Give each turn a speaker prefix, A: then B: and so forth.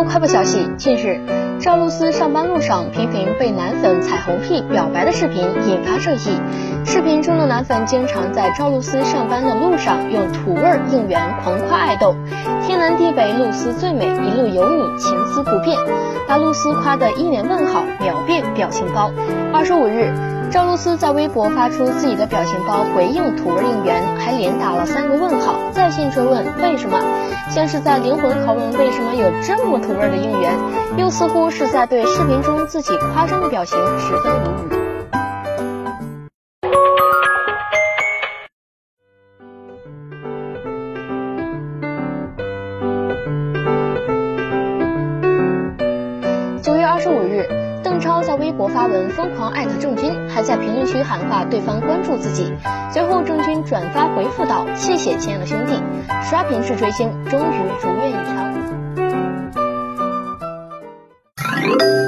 A: 快报消息，近日，赵露思上班路上频频被男粉彩虹屁表白的视频引发热议。视频中的男粉经常在赵露思上班的路上用土味应援狂夸爱豆，天南地北露丝最美，一路有你，情丝不变，把露丝夸得一脸问号，秒变表情包。25日，赵露思在微博发出自己的表情包回应土味应援，还连打了3个问号，在线追问为什么，像是在灵魂拷问为什么有这么土味的应援，又似乎是在对视频中自己夸张的表情十分无语。9月25日，邓超在微博发文疯狂艾特郑钧，还在评论区喊话对方关注自己。随后郑钧转发回复道：“谢谢亲爱的兄弟，刷屏式追星终于如愿以偿。”